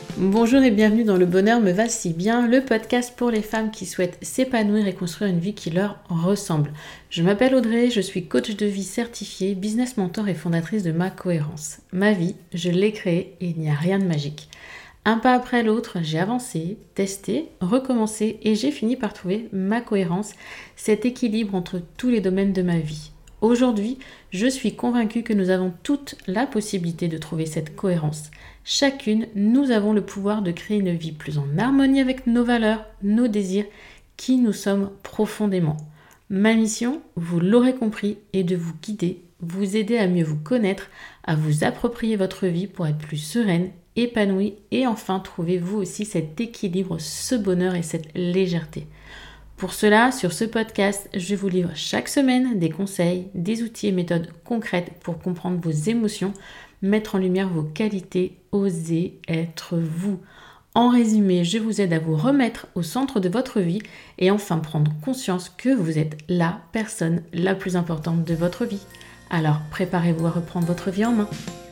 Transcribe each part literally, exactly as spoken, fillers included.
Bonjour et bienvenue dans Le Bonheur me va si bien, le podcast pour les femmes qui souhaitent s'épanouir et construire une vie qui leur ressemble. Je m'appelle Audrey, je suis coach de vie certifiée, business mentor et fondatrice de Ma Cohérence. Ma vie, je l'ai créée et il n'y a rien de magique. Un pas après l'autre, j'ai avancé, testé, recommencé et j'ai fini par trouver ma cohérence, cet équilibre entre tous les domaines de ma vie. Aujourd'hui, je suis convaincue que nous avons toute la possibilité de trouver cette cohérence. Chacune, nous avons le pouvoir de créer une vie plus en harmonie avec nos valeurs, nos désirs, qui nous sommes profondément. Ma mission, vous l'aurez compris, est de vous guider, vous aider à mieux vous connaître, à vous approprier votre vie pour être plus sereine, épanouie et enfin trouver vous aussi cet équilibre, ce bonheur et cette légèreté. Pour cela, sur ce podcast, je vous livre chaque semaine des conseils, des outils et méthodes concrètes pour comprendre vos émotions, mettre en lumière vos qualités, oser être vous. En résumé, je vous aide à vous remettre au centre de votre vie et enfin prendre conscience que vous êtes la personne la plus importante de votre vie. Alors, préparez-vous à reprendre votre vie en main.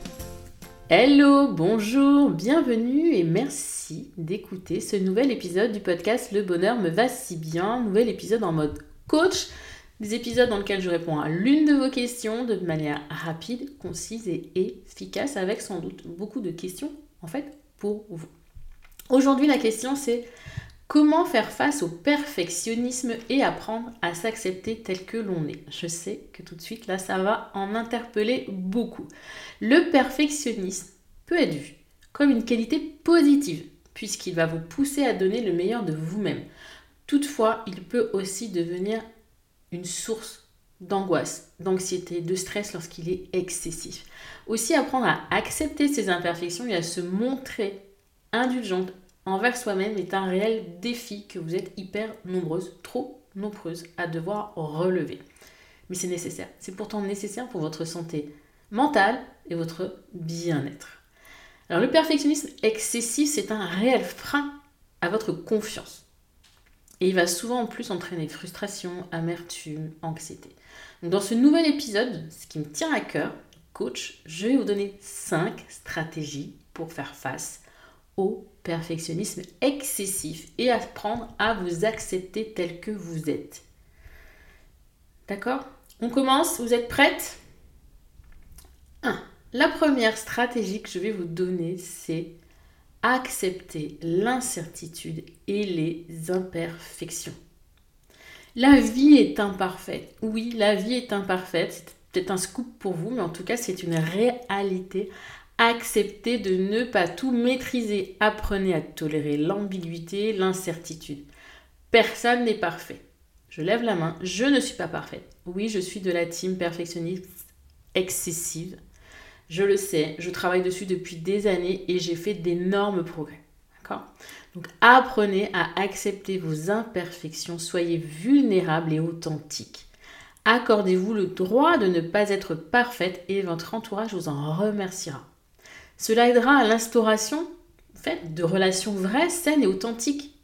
Hello, bonjour, bienvenue et merci d'écouter ce nouvel épisode du podcast Le Bonheur me va si bien, nouvel épisode en mode coach, des épisodes dans lesquels je réponds à l'une de vos questions de manière rapide, concise et efficace avec sans doute beaucoup de questions en fait pour vous. Aujourd'hui la question c'est comment faire face au perfectionnisme et apprendre à s'accepter tel que l'on est. Je sais que tout de suite, là, ça va en interpeller beaucoup. Le perfectionnisme peut être vu comme une qualité positive, puisqu'il va vous pousser à donner le meilleur de vous-même. Toutefois, il peut aussi devenir une source d'angoisse, d'anxiété, de stress lorsqu'il est excessif. Aussi, apprendre à accepter ses imperfections et à se montrer indulgente envers soi-même est un réel défi que vous êtes hyper nombreuses, trop nombreuses à devoir relever. Mais c'est nécessaire. C'est pourtant nécessaire pour votre santé mentale et votre bien-être. Alors le perfectionnisme excessif, c'est un réel frein à votre confiance. Et il va souvent en plus entraîner frustration, amertume, anxiété. Donc dans ce nouvel épisode, ce qui me tient à cœur, coach, je vais vous donner cinq stratégies pour faire face au perfectionnisme excessif et apprendre à vous accepter tel que vous êtes. D'accord ? On commence, vous êtes prêtes ? un. La première stratégie que je vais vous donner, c'est accepter l'incertitude et les imperfections. La vie est imparfaite. Oui, la vie est imparfaite. C'est peut-être un scoop pour vous, mais en tout cas, c'est une réalité. Acceptez de ne pas tout maîtriser. Apprenez à tolérer l'ambiguïté, l'incertitude. Personne n'est parfait. Je lève la main, je ne suis pas parfaite. Oui, je suis de la team perfectionniste excessive. Je le sais, je travaille dessus depuis des années et j'ai fait d'énormes progrès. D'accord ? Donc apprenez à accepter vos imperfections, soyez vulnérables et authentiques. Accordez-vous le droit de ne pas être parfaite et votre entourage vous en remerciera. Cela aidera à l'instauration en fait, de relations vraies, saines et authentiques.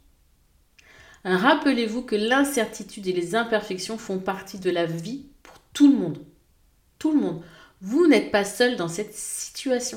Rappelez-vous que l'incertitude et les imperfections font partie de la vie pour tout le monde. Tout le monde. Vous n'êtes pas seul dans cette situation.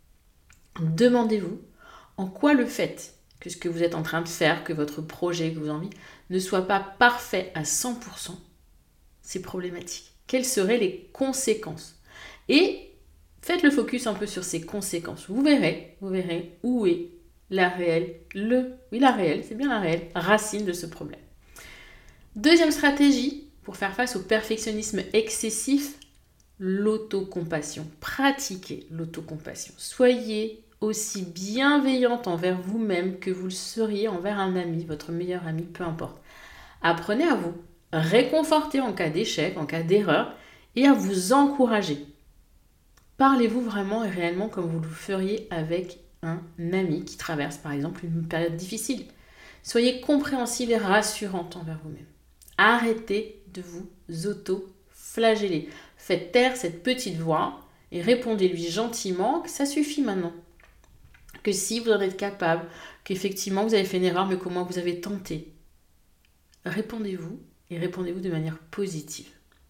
Demandez-vous en quoi le fait que ce que vous êtes en train de faire, que votre projet, que vos envies, ne soit pas parfait à cent pour cent, c'est problématique. Quelles seraient les conséquences ? Et faites le focus un peu sur ces conséquences. Vous verrez, vous verrez où est la réelle, le, oui la réelle, c'est bien la réelle, racine de ce problème. Deuxième stratégie pour faire face au perfectionnisme excessif, l'autocompassion. Pratiquez l'autocompassion. Soyez aussi bienveillante envers vous-même que vous le seriez envers un ami, votre meilleur ami, peu importe. Apprenez à vous réconforter en cas d'échec, en cas d'erreur et à vous encourager. Parlez-vous vraiment et réellement comme vous le feriez avec un ami qui traverse par exemple une période difficile. Soyez compréhensive et rassurante envers vous-même. Arrêtez de vous auto-flageller. Faites taire cette petite voix et répondez-lui gentiment que ça suffit maintenant. Que si vous en êtes capable, qu'effectivement vous avez fait une erreur mais qu'au moins vous avez tenté. Répondez-vous et répondez-vous de manière positive.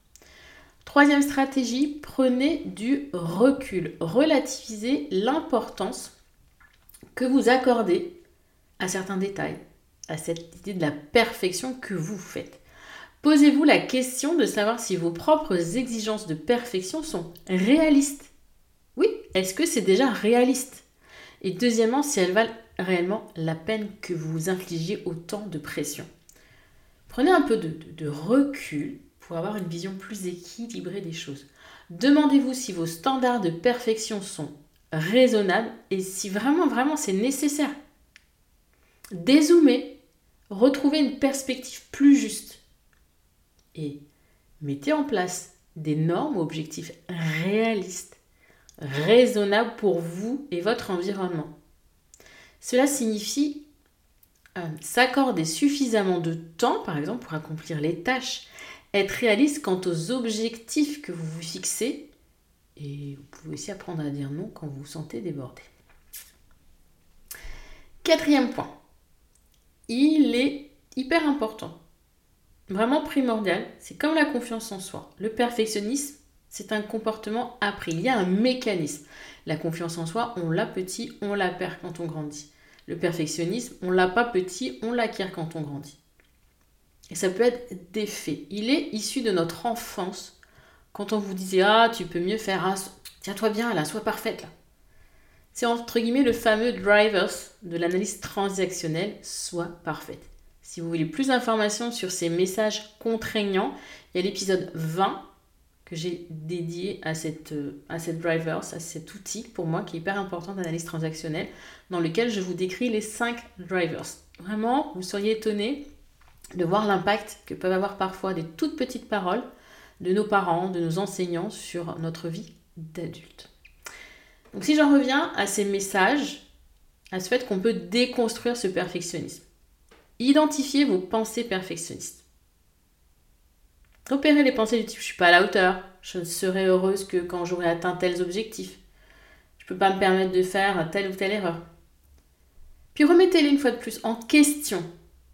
Troisième stratégie, prenez du recul. Relativisez l'importance que vous accordez à certains détails, à cette idée de la perfection que vous faites. Posez-vous la question de savoir si vos propres exigences de perfection sont réalistes. Oui, est-ce que c'est déjà réaliste? Et deuxièmement, si elles valent réellement la peine que vous vous infligiez autant de pression. Prenez un peu de, de, de recul pour avoir une vision plus équilibrée des choses. Demandez-vous si vos standards de perfection sont raisonnables et si vraiment, vraiment c'est nécessaire. Dézoomez, retrouvez une perspective plus juste et mettez en place des normes ou objectifs réalistes, raisonnables pour vous et votre environnement. Cela signifie euh, s'accorder suffisamment de temps, par exemple, pour accomplir les tâches, être réaliste quant aux objectifs que vous vous fixez et vous pouvez aussi apprendre à dire non quand vous vous sentez débordé. Quatrième point, il est hyper important, vraiment primordial, c'est comme la confiance en soi. Le perfectionnisme, c'est un comportement appris, il y a un mécanisme. La confiance en soi, on l'a petit, on la perd quand on grandit. Le perfectionnisme, on l'a pas petit, on l'acquiert quand on grandit. Et ça peut être des faits. Il est issu de notre enfance, quand on vous disait « Ah, tu peux mieux faire, ah, tiens-toi bien là, sois parfaite là ». C'est entre guillemets le fameux drivers de l'analyse transactionnelle, soit parfaite. Si vous voulez plus d'informations sur ces messages contraignants, il y a l'épisode vingt que j'ai dédié à cette, à cette drivers, à cet outil pour moi qui est hyper important d'analyse transactionnelle, dans lequel je vous décris les cinq drivers. Vraiment, vous seriez étonnés de voir l'impact que peuvent avoir parfois des toutes petites paroles de nos parents, de nos enseignants sur notre vie d'adulte. Donc si j'en reviens à ces messages, à ce fait qu'on peut déconstruire ce perfectionnisme, identifiez vos pensées perfectionnistes. Repérez les pensées du type « je ne suis pas à la hauteur »,« je ne serai heureuse que quand j'aurai atteint tels objectifs »,« je ne peux pas me permettre de faire telle ou telle erreur ». Puis remettez-les une fois de plus en question.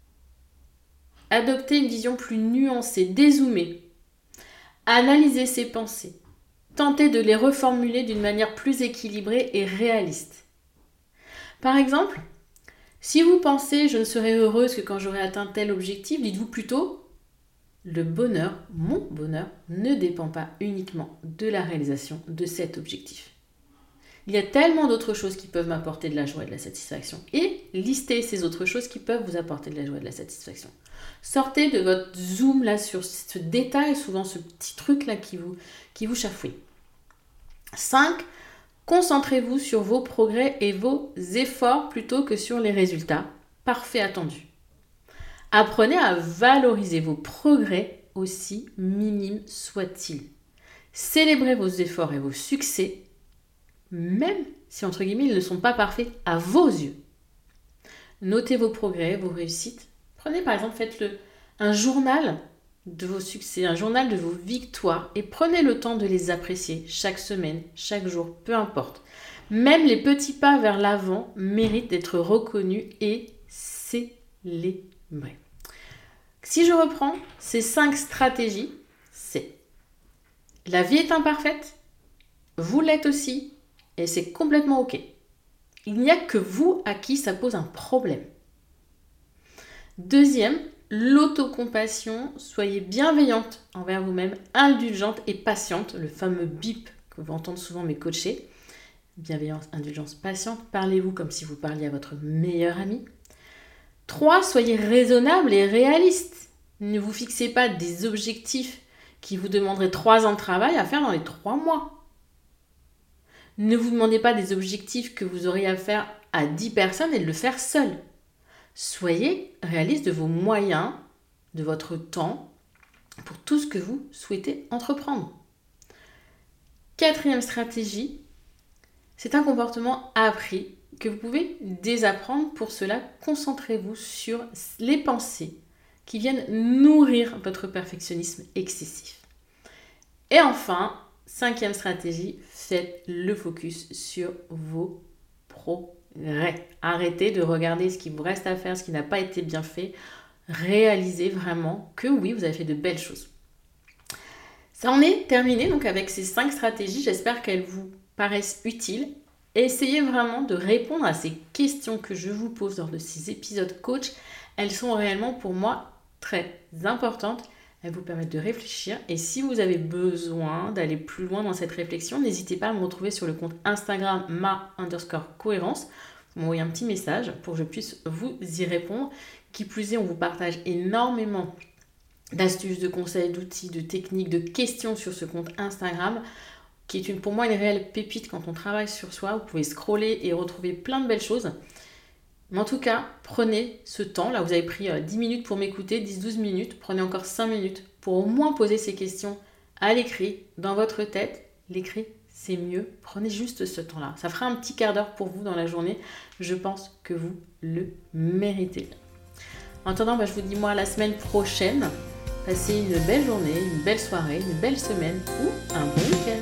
Adoptez une vision plus nuancée, dézoomée. Analysez ces pensées. Tentez de les reformuler d'une manière plus équilibrée et réaliste. Par exemple, si vous pensez « je ne serai heureuse que quand j'aurai atteint tel objectif », dites-vous plutôt « le bonheur, mon bonheur, ne dépend pas uniquement de la réalisation de cet objectif ». Il y a tellement d'autres choses qui peuvent m'apporter de la joie et de la satisfaction. Et listez ces autres choses qui peuvent vous apporter de la joie et de la satisfaction. Sortez de votre zoom là sur ce détail, souvent ce petit truc là qui vous, qui vous chafouille. cinq. Concentrez-vous sur vos progrès et vos efforts plutôt que sur les résultats parfaits attendus. Apprenez à valoriser vos progrès aussi minimes soient-ils. Célébrez vos efforts et vos succès, même si entre guillemets ils ne sont pas parfaits à vos yeux. Notez vos progrès, vos réussites. Prenez par exemple, faites-le un journal de vos succès, un journal de vos victoires et prenez le temps de les apprécier chaque semaine, chaque jour, peu importe. Même les petits pas vers l'avant méritent d'être reconnus et célébrés. Si je reprends ces cinq stratégies, c'est la vie est imparfaite, vous l'êtes aussi et c'est complètement ok. Il n'y a que vous à qui ça pose un problème. Deuxième, l'autocompassion, soyez bienveillante envers vous-même, indulgente et patiente, le fameux bip que vous entendez souvent mes coachés. Bienveillance, indulgence, patiente, parlez-vous comme si vous parliez à votre meilleur ami. Trois, soyez raisonnable et réaliste. Ne vous fixez pas des objectifs qui vous demanderaient trois ans de travail à faire dans les trois mois. Ne vous demandez pas des objectifs que vous auriez à faire à dix personnes et de le faire seul. Soyez réaliste de vos moyens, de votre temps, pour tout ce que vous souhaitez entreprendre. Quatrième stratégie, c'est un comportement appris que vous pouvez désapprendre. Pour cela, concentrez-vous sur les pensées qui viennent nourrir votre perfectionnisme excessif. Et enfin, cinquième stratégie, faites le focus sur vos progrès. Arrêtez de regarder ce qui vous reste à faire, ce qui n'a pas été bien fait. Réalisez vraiment que oui, vous avez fait de belles choses. Ça en est terminé donc avec ces cinq stratégies. J'espère qu'elles vous paraissent utiles. Essayez vraiment de répondre à ces questions que je vous pose lors de ces épisodes coach. Elles sont réellement pour moi très importantes. Elles vous permettent de réfléchir. Et si vous avez besoin d'aller plus loin dans cette réflexion, n'hésitez pas à me retrouver sur le compte Instagram ma underscore cohérence. Vous m'envoyez un petit message pour que je puisse vous y répondre. Qui plus est, on vous partage énormément d'astuces, de conseils, d'outils, de techniques, de questions sur ce compte Instagram, qui est une, pour moi une réelle pépite quand on travaille sur soi. Vous pouvez scroller et retrouver plein de belles choses. Mais en tout cas, prenez ce temps. Là, vous avez pris dix minutes pour m'écouter, dix douze minutes. Prenez encore cinq minutes pour au moins poser ces questions à l'écrit, dans votre tête. L'écrit, c'est mieux. Prenez juste ce temps-là. Ça fera un petit quart d'heure pour vous dans la journée. Je pense que vous le méritez. En attendant, bah, je vous dis moi à la semaine prochaine. Passez une belle journée, une belle soirée, une belle semaine ou un bon week-end.